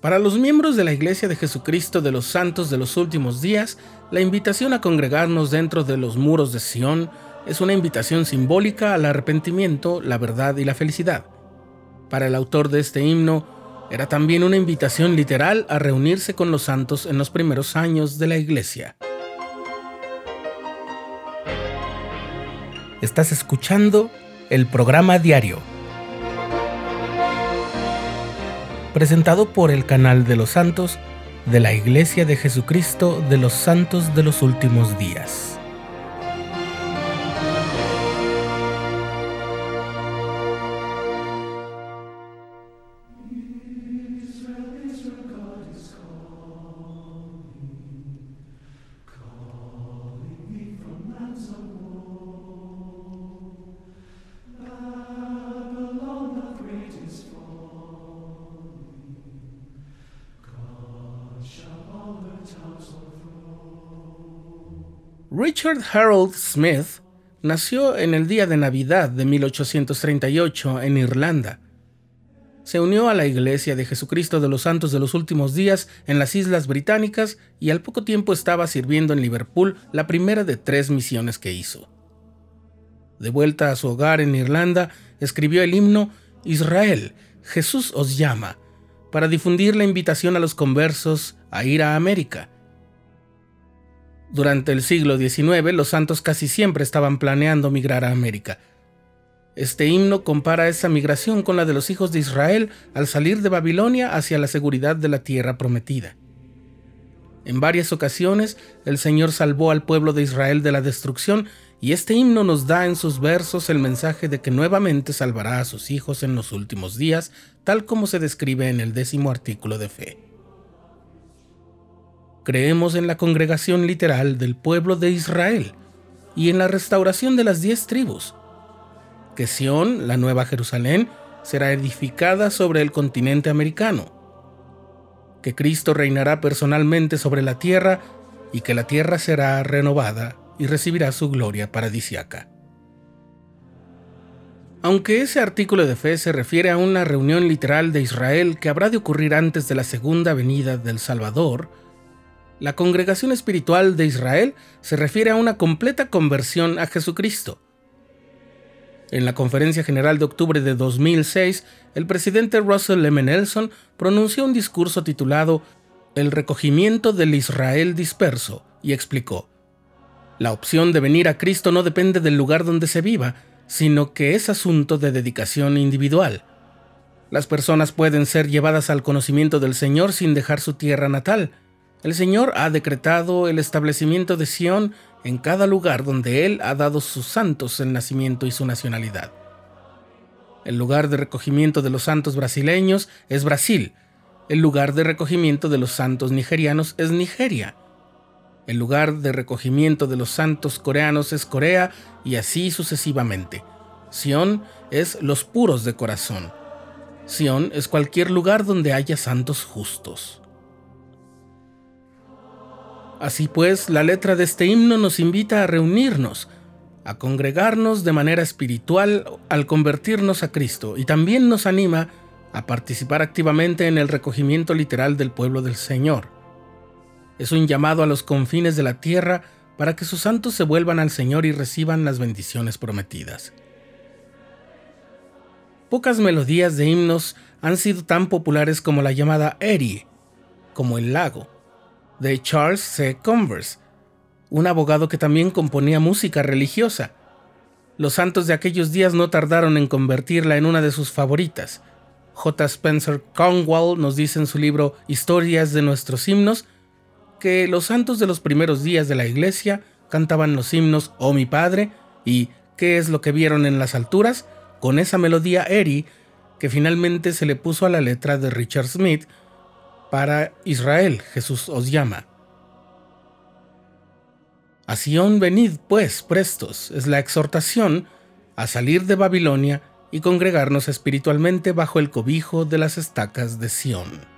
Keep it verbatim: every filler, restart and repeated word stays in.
Para los miembros de la Iglesia de Jesucristo de los Santos de los Últimos Días, la invitación a congregarnos dentro de los muros de Sión es una invitación simbólica al arrepentimiento, la verdad y la felicidad. Para el autor de este himno, era también una invitación literal a reunirse con los santos en los primeros años de la Iglesia. Estás escuchando el programa diario, presentado por el canal de los santos de la Iglesia de Jesucristo de los Santos de los Últimos Días. Richard Harold Smith nació en el día de Navidad de mil ochocientos treinta y ocho en Irlanda. Se unió a la Iglesia de Jesucristo de los Santos de los Últimos Días en las Islas Británicas y al poco tiempo estaba sirviendo en Liverpool, la primera de tres misiones que hizo. De vuelta a su hogar en Irlanda, escribió el himno Israel, Jesús os llama, para difundir la invitación a los conversos a ir a América. Durante el siglo diecinueve, los santos casi siempre estaban planeando migrar a América. Este himno compara esa migración con la de los hijos de Israel al salir de Babilonia hacia la seguridad de la tierra prometida. En varias ocasiones, el Señor salvó al pueblo de Israel de la destrucción, y este himno nos da en sus versos el mensaje de que nuevamente salvará a sus hijos en los últimos días, tal como se describe en el décimo artículo de fe. Creemos en la congregación literal del pueblo de Israel y en la restauración de las diez tribus, que Sión, la Nueva Jerusalén, será edificada sobre el continente americano, que Cristo reinará personalmente sobre la tierra y que la tierra será renovada y recibirá su gloria paradisiaca. Aunque ese artículo de fe se refiere a una reunión literal de Israel que habrá de ocurrir antes de la segunda venida del Salvador, la congregación espiritual de Israel se refiere a una completa conversión a Jesucristo. En la Conferencia General de octubre de dos mil seis, el presidente Russell M. Nelson pronunció un discurso titulado El recogimiento del Israel disperso y explicó: la opción de venir a Cristo no depende del lugar donde se viva, sino que es asunto de dedicación individual. Las personas pueden ser llevadas al conocimiento del Señor sin dejar su tierra natal. El Señor ha decretado el establecimiento de Sión en cada lugar donde Él ha dado sus santos el nacimiento y su nacionalidad. El lugar de recogimiento de los santos brasileños es Brasil. El lugar de recogimiento de los santos nigerianos es Nigeria. El lugar de recogimiento de los santos coreanos es Corea, y así sucesivamente. Sión es los puros de corazón. Sión es cualquier lugar donde haya santos justos. Así pues, la letra de este himno nos invita a reunirnos, a congregarnos de manera espiritual al convertirnos a Cristo, y también nos anima a participar activamente en el recogimiento literal del pueblo del Señor. Es un llamado a los confines de la tierra para que sus santos se vuelvan al Señor y reciban las bendiciones prometidas. Pocas melodías de himnos han sido tan populares como la llamada Erie, como El Lago, de Charles C. Converse, un abogado que también componía música religiosa. Los santos de aquellos días no tardaron en convertirla en una de sus favoritas. J. Spencer Cornwell nos dice en su libro Historias de nuestros himnos que los santos de los primeros días de la Iglesia cantaban los himnos Oh mi Padre y ¿Qué es lo que vieron en las alturas?, con esa melodía Erie que finalmente se le puso a la letra de Richard Smith para Israel, Jesús os llama. A Sión venid, pues, prestos, es la exhortación a salir de Babilonia y congregarnos espiritualmente bajo el cobijo de las estacas de Sión.